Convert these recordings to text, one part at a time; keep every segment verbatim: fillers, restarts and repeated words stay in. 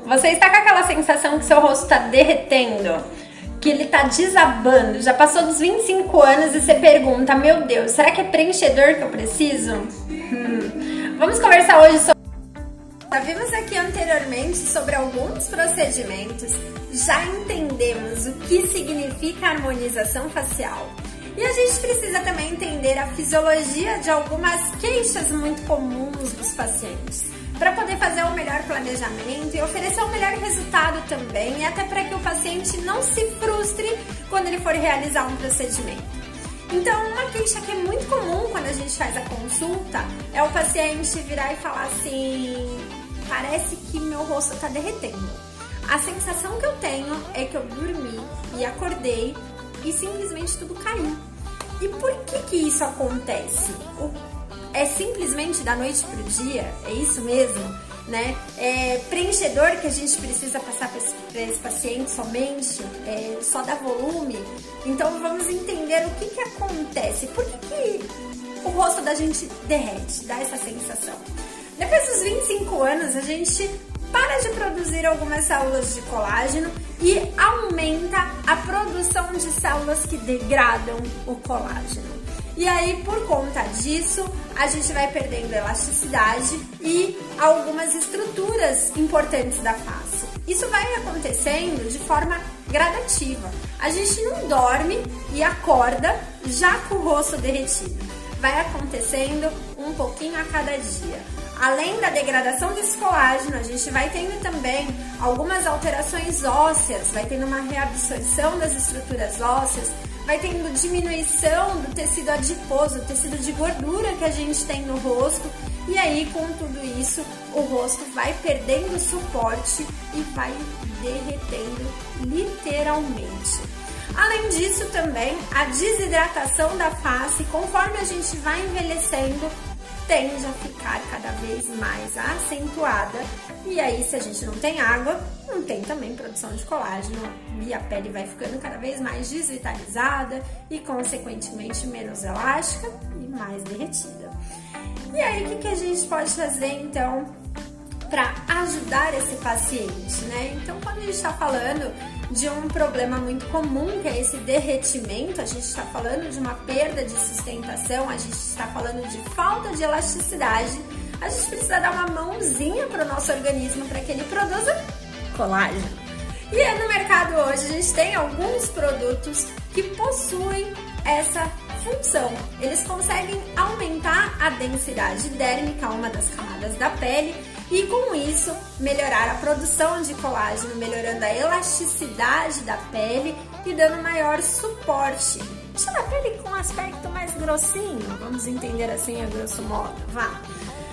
Você está com aquela sensação que seu rosto está derretendo, que ele está desabando, já passou dos vinte e cinco anos e você pergunta, meu Deus, será que é preenchedor que eu preciso? Hum. Vamos conversar hoje sobre... Já vimos aqui anteriormente sobre alguns procedimentos, já entendemos o que significa harmonização facial. E a gente precisa também entender a fisiologia de algumas queixas muito comuns dos pacientes, para poder fazer o melhor planejamento e oferecer o melhor resultado também, e até para que o paciente não se frustre quando ele for realizar um procedimento. Então, uma queixa que é muito comum quando a gente faz a consulta é o paciente virar e falar assim, parece que meu rosto está derretendo. A sensação que eu tenho é que eu dormi e acordei e simplesmente tudo caiu. E por que que isso acontece? É simplesmente da noite pro dia? É isso mesmo? Né? É preenchedor que a gente precisa passar para esse paciente somente? É só dá volume? Então vamos entender o que que acontece. Por que que o rosto da gente derrete, dá essa sensação? Depois dos vinte e cinco anos a gente para de produzir algumas células de colágeno e aumenta a produção de células que degradam o colágeno. E aí, por conta disso, a gente vai perdendo elasticidade e algumas estruturas importantes da face. Isso vai acontecendo de forma gradativa. A gente não dorme e acorda já com o rosto derretido. Vai acontecendo um pouquinho a cada dia. Além da degradação desse colágeno, a gente vai tendo também algumas alterações ósseas, vai tendo uma reabsorção das estruturas ósseas, vai tendo diminuição do tecido adiposo, tecido de gordura que a gente tem no rosto, e aí com tudo isso o rosto vai perdendo suporte e vai derretendo literalmente. Além disso também, a desidratação da face, conforme a gente vai envelhecendo, tende a ficar cada vez mais acentuada, e aí se a gente não tem água, não tem também produção de colágeno e a pele vai ficando cada vez mais desvitalizada e consequentemente menos elástica e mais derretida. E aí o que que a gente pode fazer então para ajudar esse paciente, né? Então quando a gente está falando de um problema muito comum, que é esse derretimento, a gente está falando de uma perda de sustentação, a gente está falando de falta de elasticidade, a gente precisa dar uma mãozinha para o nosso organismo para que ele produza colágeno. E aí, no mercado hoje a gente tem alguns produtos que possuem essa função. Eles conseguem aumentar a densidade dérmica, uma das camadas da pele, e com isso melhorar a produção de colágeno, melhorando a elasticidade da pele e dando maior suporte, deixando a pele com um aspecto mais grossinho, vamos entender assim a grosso modo, vá.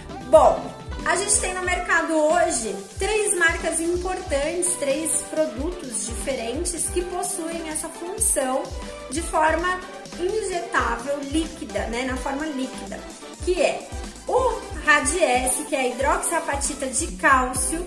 Bom, a gente tem no mercado hoje três marcas importantes, três produtos diferentes que possuem essa função de forma injetável, líquida, né, na forma líquida, que é o Radiesse, que é a hidroxiapatita de cálcio,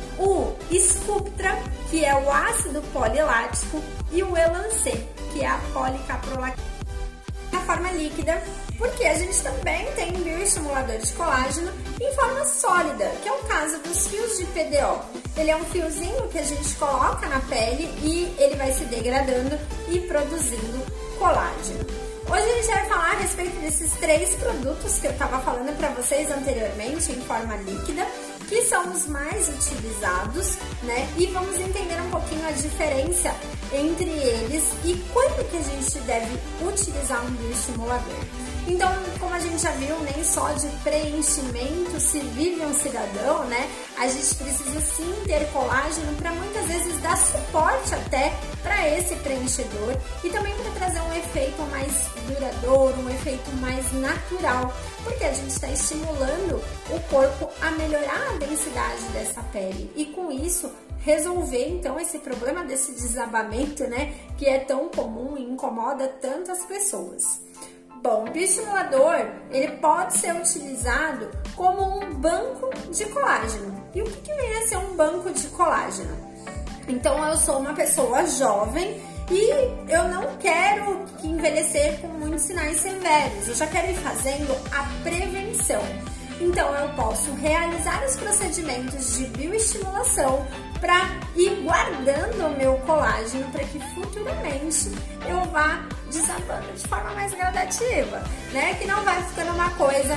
o Sculptra, que é o ácido polilático, e o Elancê, que é a policaprolactina na forma líquida, porque a gente também tem bioestimulador de colágeno em forma sólida, que é o caso dos fios de P D O. Ele é um fiozinho que a gente coloca na pele e ele vai se degradando e produzindo colágeno. Hoje a gente vai falar a respeito desses três produtos que eu estava falando para vocês anteriormente em forma líquida, que são os mais utilizados, né? E vamos entender um pouquinho a diferença entre eles e quando que a gente deve utilizar um bioestimulador. Então, como a gente já viu, nem só de preenchimento se vive um cidadão, né? A gente precisa sim ter colágeno para muitas vezes dar suporte até para esse preenchedor e também para trazer um efeito mais duradouro, um efeito mais natural, porque a gente está estimulando o corpo a melhorar a densidade dessa pele e com isso resolver então esse problema desse desabamento, né, que é tão comum e incomoda tantas pessoas. Bom, o bioestimulador, ele pode ser utilizado como um banco de colágeno. E o que, que vem a ser um banco de colágeno? Então, eu sou uma pessoa jovem e eu não quero envelhecer com muitos sinais severos. Eu já quero ir fazendo a prevenção. Então eu posso realizar os procedimentos de bioestimulação para ir guardando o meu colágeno para que futuramente eu vá desabando de forma mais gradativa, né? Que não vai ficando uma coisa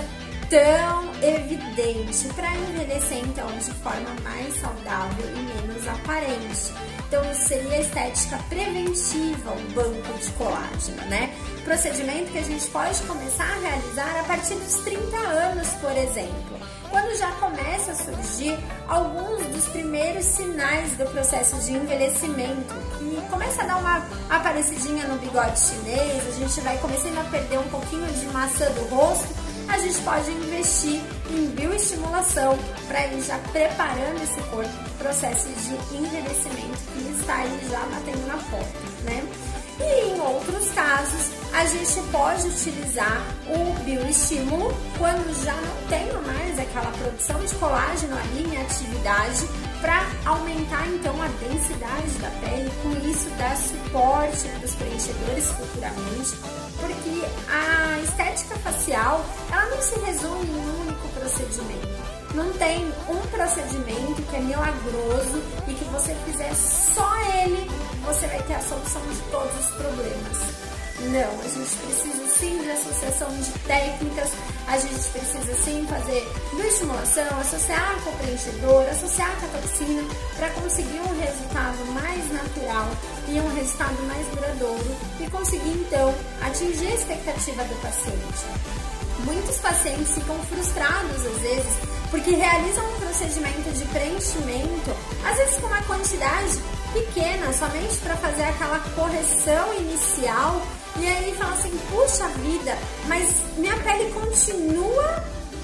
tão evidente para envelhecer então de forma mais saudável e menos aparente. Então isso seria a estética preventiva, o banco de colágeno, né? Procedimento que a gente pode começar a realizar a partir dos trinta anos, por exemplo, quando já começa a surgir alguns dos primeiros sinais do processo de envelhecimento, que começa a dar uma aparecidinha no bigode chinês, a gente vai começando a perder um pouquinho de maçã do rosto. A gente pode investir em bioestimulação para ir já preparando esse corpo para o processo de envelhecimento que está aí já batendo na porta, né? E em outros casos, a gente pode utilizar o bioestímulo quando já não tem mais aquela produção de colágeno ali em atividade, para aumentar então a densidade da pele, com isso dar suporte para os preenchedores futuramente, porque a estética facial ela não se resume em um único procedimento. Não tem um procedimento que é milagroso e que você fizer só ele, você vai ter a solução de todos os problemas. Não, a gente precisa sim de associação de técnicas, a gente precisa sim fazer bioestimulação, associar com o preenchedor, associar com a toxina, para conseguir um resultado mais natural e um resultado mais duradouro e conseguir então atingir a expectativa do paciente. Muitos pacientes ficam frustrados às vezes porque realizam um procedimento de preenchimento, às vezes com uma quantidade pequena, somente para fazer aquela correção inicial, e aí fala assim, puxa vida, mas minha pele continua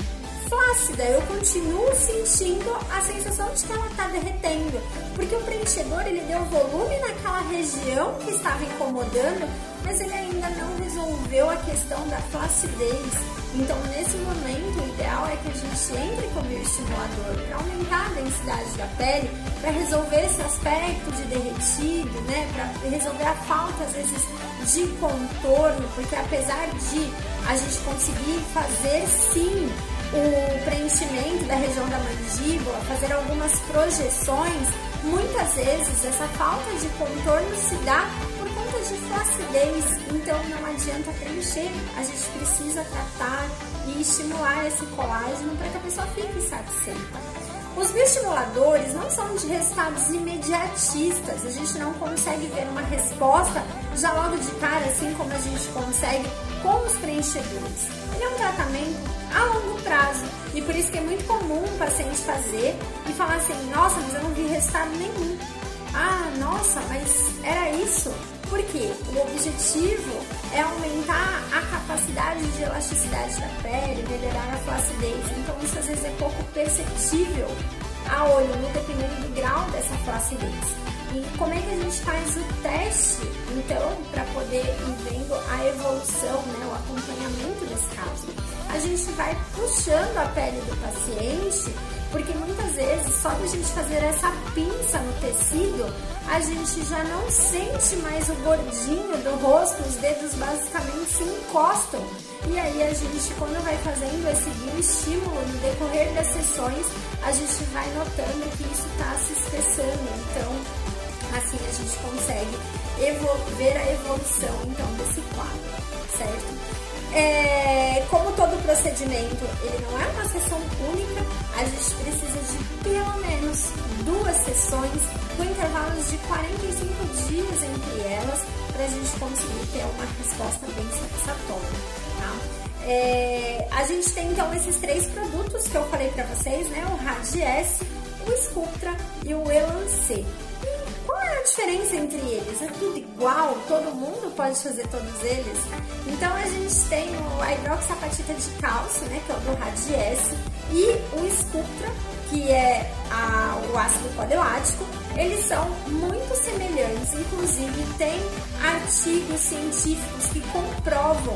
flácida, eu continuo sentindo a sensação de que ela está derretendo, porque o preenchedor ele deu volume naquela região que estava incomodando, mas ele ainda não resolveu a questão da flacidez. Então, nesse momento, o ideal é que a gente entre com o bioestimulador para aumentar a densidade da pele, para resolver esse aspecto de derretido, né? Para resolver a falta, às vezes, de contorno, porque apesar de a gente conseguir fazer, sim, o preenchimento da região da mandíbula, fazer algumas projeções, muitas vezes essa falta de contorno se dá por conta de flacidez, então não adianta preencher, a gente precisa tratar e estimular esse colágeno para que a pessoa fique satisfeita. Os bioestimuladores não são de resultados imediatistas, a gente não consegue ver uma resposta já logo de cara, assim como a gente consegue com os preenchedores. Ele é um tratamento a longo prazo e por isso que é muito comum o paciente fazer e falar assim, nossa, mas eu não vi resultado nenhum. Ah, nossa, mas era isso? Por quê? O objetivo é aumentar a capacidade de elasticidade da pele, melhorar a flacidez. Então isso às vezes é pouco perceptível a olho nu, dependendo do grau dessa flacidez. E como é que a gente faz o teste, então, para poder ir vendo a evolução, né, o acompanhamento desse caso? A gente vai puxando a pele do paciente, porque muitas vezes, só de a gente fazer essa pinça no tecido, a gente já não sente mais o gordinho do rosto, os dedos basicamente se encostam. E aí a gente, quando vai fazendo esse bioestímulo no decorrer das sessões, a gente vai notando que isso está se espessando. Então, assim a gente consegue ver a evolução então desse quadro, certo? É, como todo procedimento, ele não é uma sessão única, a gente precisa de pelo menos duas sessões com intervalos de quarenta e cinco dias entre elas para a gente conseguir ter uma resposta bem satisfatória, tá? É, a gente tem então esses três produtos que eu falei para vocês, né? O Radiesse, o Sculptra e o Elancê. Qual é a diferença entre eles? É tudo igual? Todo mundo pode fazer todos eles? Então a gente tem o hidroxapatita de cálcio, né, que é o do Radiesse, e o Sculptra, que é a, o ácido colelático. Eles são muito semelhantes, inclusive tem artigos científicos que comprovam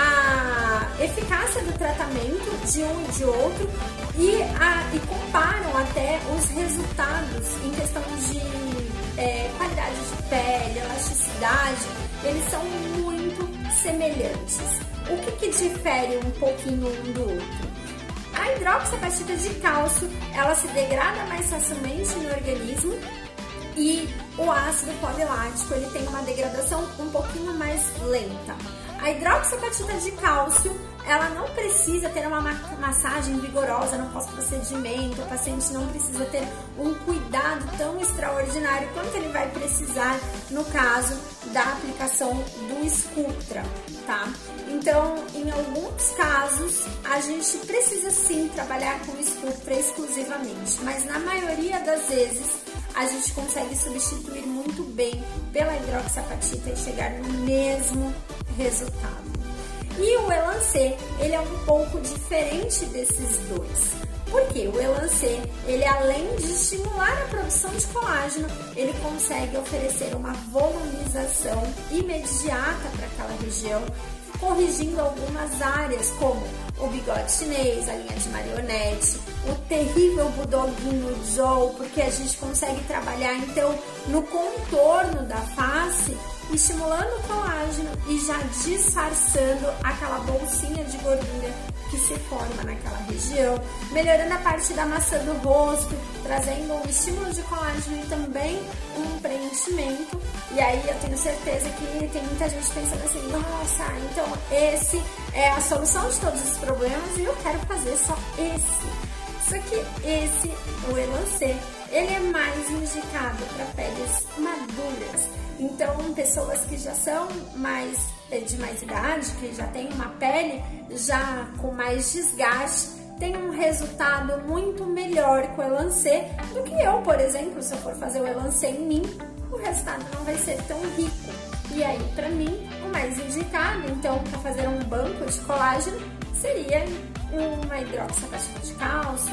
a eficácia do tratamento de um e de outro e, a, e comparam até os resultados em questão de é, qualidade de pele, elasticidade. Eles são muito semelhantes. O que, que difere um pouquinho um do outro? A hidroxiapatita de cálcio, ela se degrada mais facilmente no organismo e o ácido polilático, ele tem uma degradação um pouquinho mais lenta. A hidroxiapatita de cálcio, ela não precisa ter uma massagem vigorosa no pós-procedimento, o paciente não precisa ter um cuidado tão extraordinário quanto ele vai precisar no caso da aplicação do Sculptra, tá? Então, em alguns casos, a gente precisa sim trabalhar com o Sculptra exclusivamente, mas na maioria das vezes, a gente consegue substituir muito bem pela hidroxiapatita e chegar no mesmo resultado. E o Elancê, ele é um pouco diferente desses dois. Por quê? O Elancê, ele além de estimular a produção de colágeno, ele consegue oferecer uma volumização imediata para aquela região, corrigindo algumas áreas como o bigode chinês, a linha de marionete, o terrível budoguinho Joe, porque a gente consegue trabalhar então no contorno da face, estimulando o colágeno e já disfarçando aquela bolsinha de gordura que se forma naquela região, melhorando a parte da maçã do rosto, trazendo um estímulo de colágeno e também um preenchimento. E aí eu tenho certeza que tem muita gente pensando assim, nossa, então esse é a solução de todos os problemas e eu quero fazer só esse. Só que esse, o Elancê, ele é mais indicado para peles maduras. Então, pessoas que já são mais de mais idade, que já tem uma pele já com mais desgaste, tem um resultado muito melhor com o Elancê do que eu, por exemplo, se eu for fazer o Elancê em mim, o resultado não vai ser tão rico. E aí, para mim, o mais indicado, então, para fazer um banco de colágeno, seria uma hidroxiapatita de cálcio,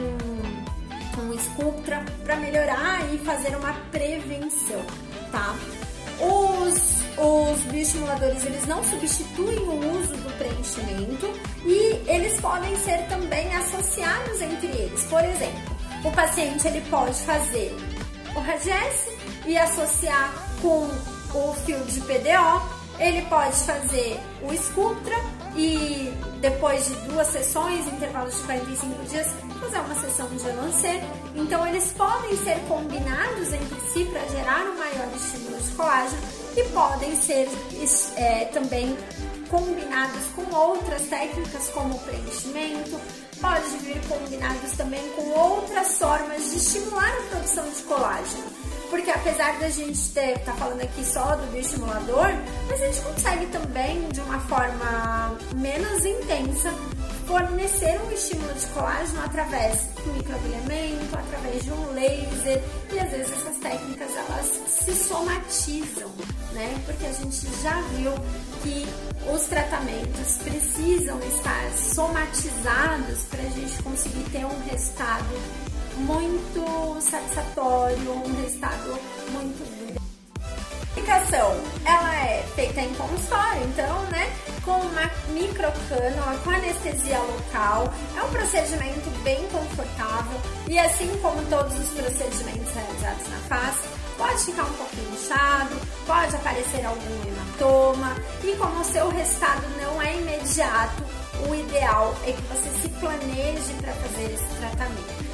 um, um Sculptra, para melhorar e fazer uma prevenção, tá? Os, os bioestimuladores, eles não substituem o uso do preenchimento e eles podem ser também associados entre eles. Por exemplo, o paciente ele pode fazer o Ragesse e associar com o fio de P D O, ele pode fazer o Sculptra e depois de duas sessões, intervalos de quarenta e cinco dias, fazer uma sessão de Elancê. Então eles podem ser combinados entre si para gerar um maior estímulo de colágeno e podem ser é, também combinados com outras técnicas como preenchimento, pode vir combinados também com outras formas de estimular a produção de colágeno. Porque apesar da gente estar tá falando aqui só do bioestimulador, mas a gente consegue também, de uma forma menos intensa, fornecer um estímulo de colágeno através do microagulhamento, através de um laser, e às vezes essas técnicas elas se somatizam, né? Porque a gente já viu que os tratamentos precisam estar somatizados para a gente conseguir ter um resultado muito satisfatório, um resultado muito bom. A aplicação, ela é feita em consultório, então, né, com uma microcânula, com anestesia local. É um procedimento bem confortável e assim como todos os procedimentos realizados na face, pode ficar um pouquinho inchado, pode aparecer algum hematoma e como o seu resultado não é imediato, o ideal é que você se planeje para fazer esse tratamento.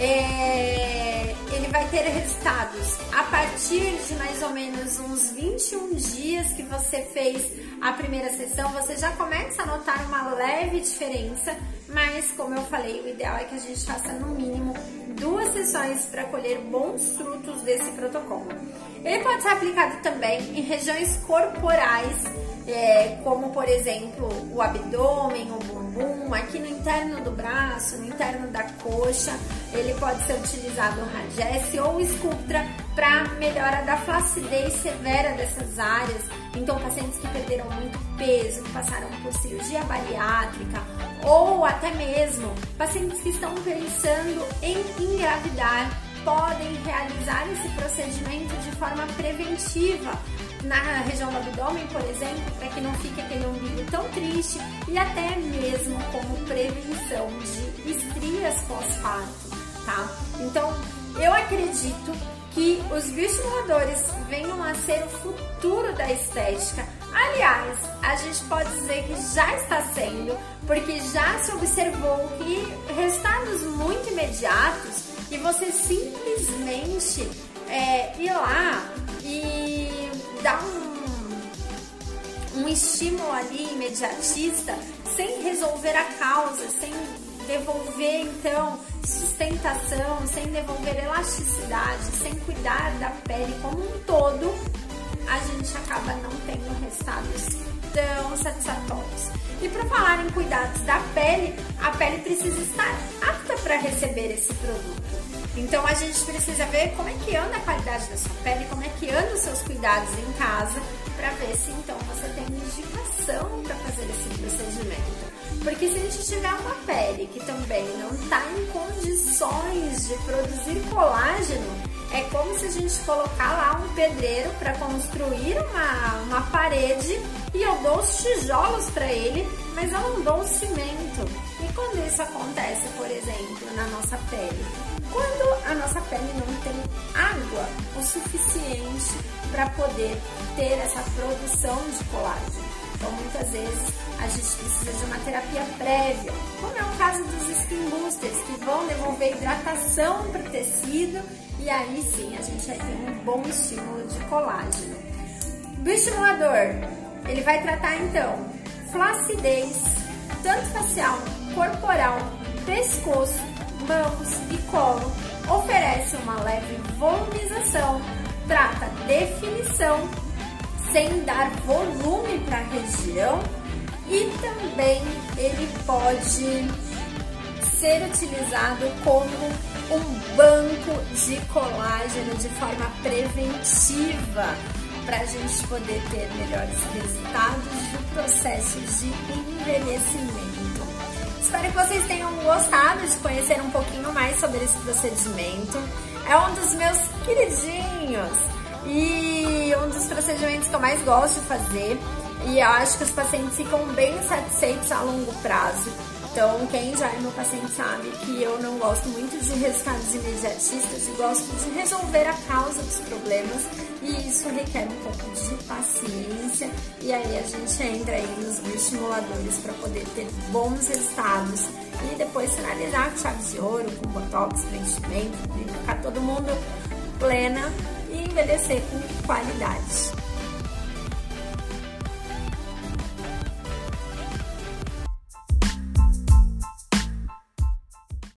É, ele vai ter resultados a partir de mais ou menos uns vinte e um dias que você fez a primeira sessão, você já começa a notar uma leve diferença, mas como eu falei, o ideal é que a gente faça no mínimo duas sessões para colher bons frutos desse protocolo. Ele pode ser aplicado também em regiões corporais, é, como por exemplo o abdômen, o bumbum, aqui no interno do braço, no interno da coxa. Ele pode ser utilizado o Ragesse ou o Sculptra para melhora da flacidez severa dessas áreas. Então, pacientes que perderam muito peso, que passaram por cirurgia bariátrica, ou até mesmo pacientes que estão pensando em engravidar, podem realizar esse procedimento de forma preventiva na região do abdômen, por exemplo, para que não fique aquele umbigo tão triste, e até mesmo como prevenção de estrias pós-parto, tá? Então, eu acredito que os bioestimuladores venham a ser o futuro da estética. Aliás, a gente pode dizer que já está sendo, porque já se observou que resultados muito imediatos e você simplesmente é, ir lá e dar um, um estímulo ali imediatista sem resolver a causa, sem devolver então sustentação, sem devolver elasticidade, sem cuidar da pele como um todo, a gente acaba não tendo resultados tão satisfatórios. E para falar em cuidados da pele, a pele precisa estar apta para receber esse produto. Então a gente precisa ver como é que anda a qualidade da sua pele, como é que andam os seus cuidados em casa, para ver se então você tem indicação para fazer esse procedimento. Porque se a gente tiver uma pele que também não está em condições de produzir colágeno, é como se a gente colocar lá um pedreiro para construir uma, uma parede e eu dou os tijolos para ele, mas eu não dou o cimento. E quando isso acontece, por exemplo, na nossa pele? Quando a nossa pele não tem água o suficiente para poder ter essa produção de colágeno. Então, muitas vezes, a gente precisa de uma terapia prévia, como é o caso dos skin boosters, que vão devolver hidratação para o tecido e aí sim a gente vai ter um bom estímulo de colágeno. Bioestimulador, ele vai tratar então flacidez, tanto facial, corporal, pescoço, mãos e colo, oferece uma leve volumização, trata definição, sem dar volume para a região e também ele pode ser utilizado como um banco de colágeno de forma preventiva para a gente poder ter melhores resultados do processo de envelhecimento. Espero que vocês tenham gostado de conhecer um pouquinho mais sobre esse procedimento. É um dos meus queridinhos e um dos procedimentos que eu mais gosto de fazer e eu acho que os pacientes ficam bem satisfeitos a longo prazo. Então, quem já é meu paciente sabe que eu não gosto muito de resultados imediatistas e gosto de resolver a causa dos problemas e isso requer um pouco de paciência e aí a gente entra aí nos bioestimuladores para poder ter bons resultados e depois finalizar com chave de ouro, com botox, preenchimento, e ficar todo mundo plena e envelhecer com qualidade.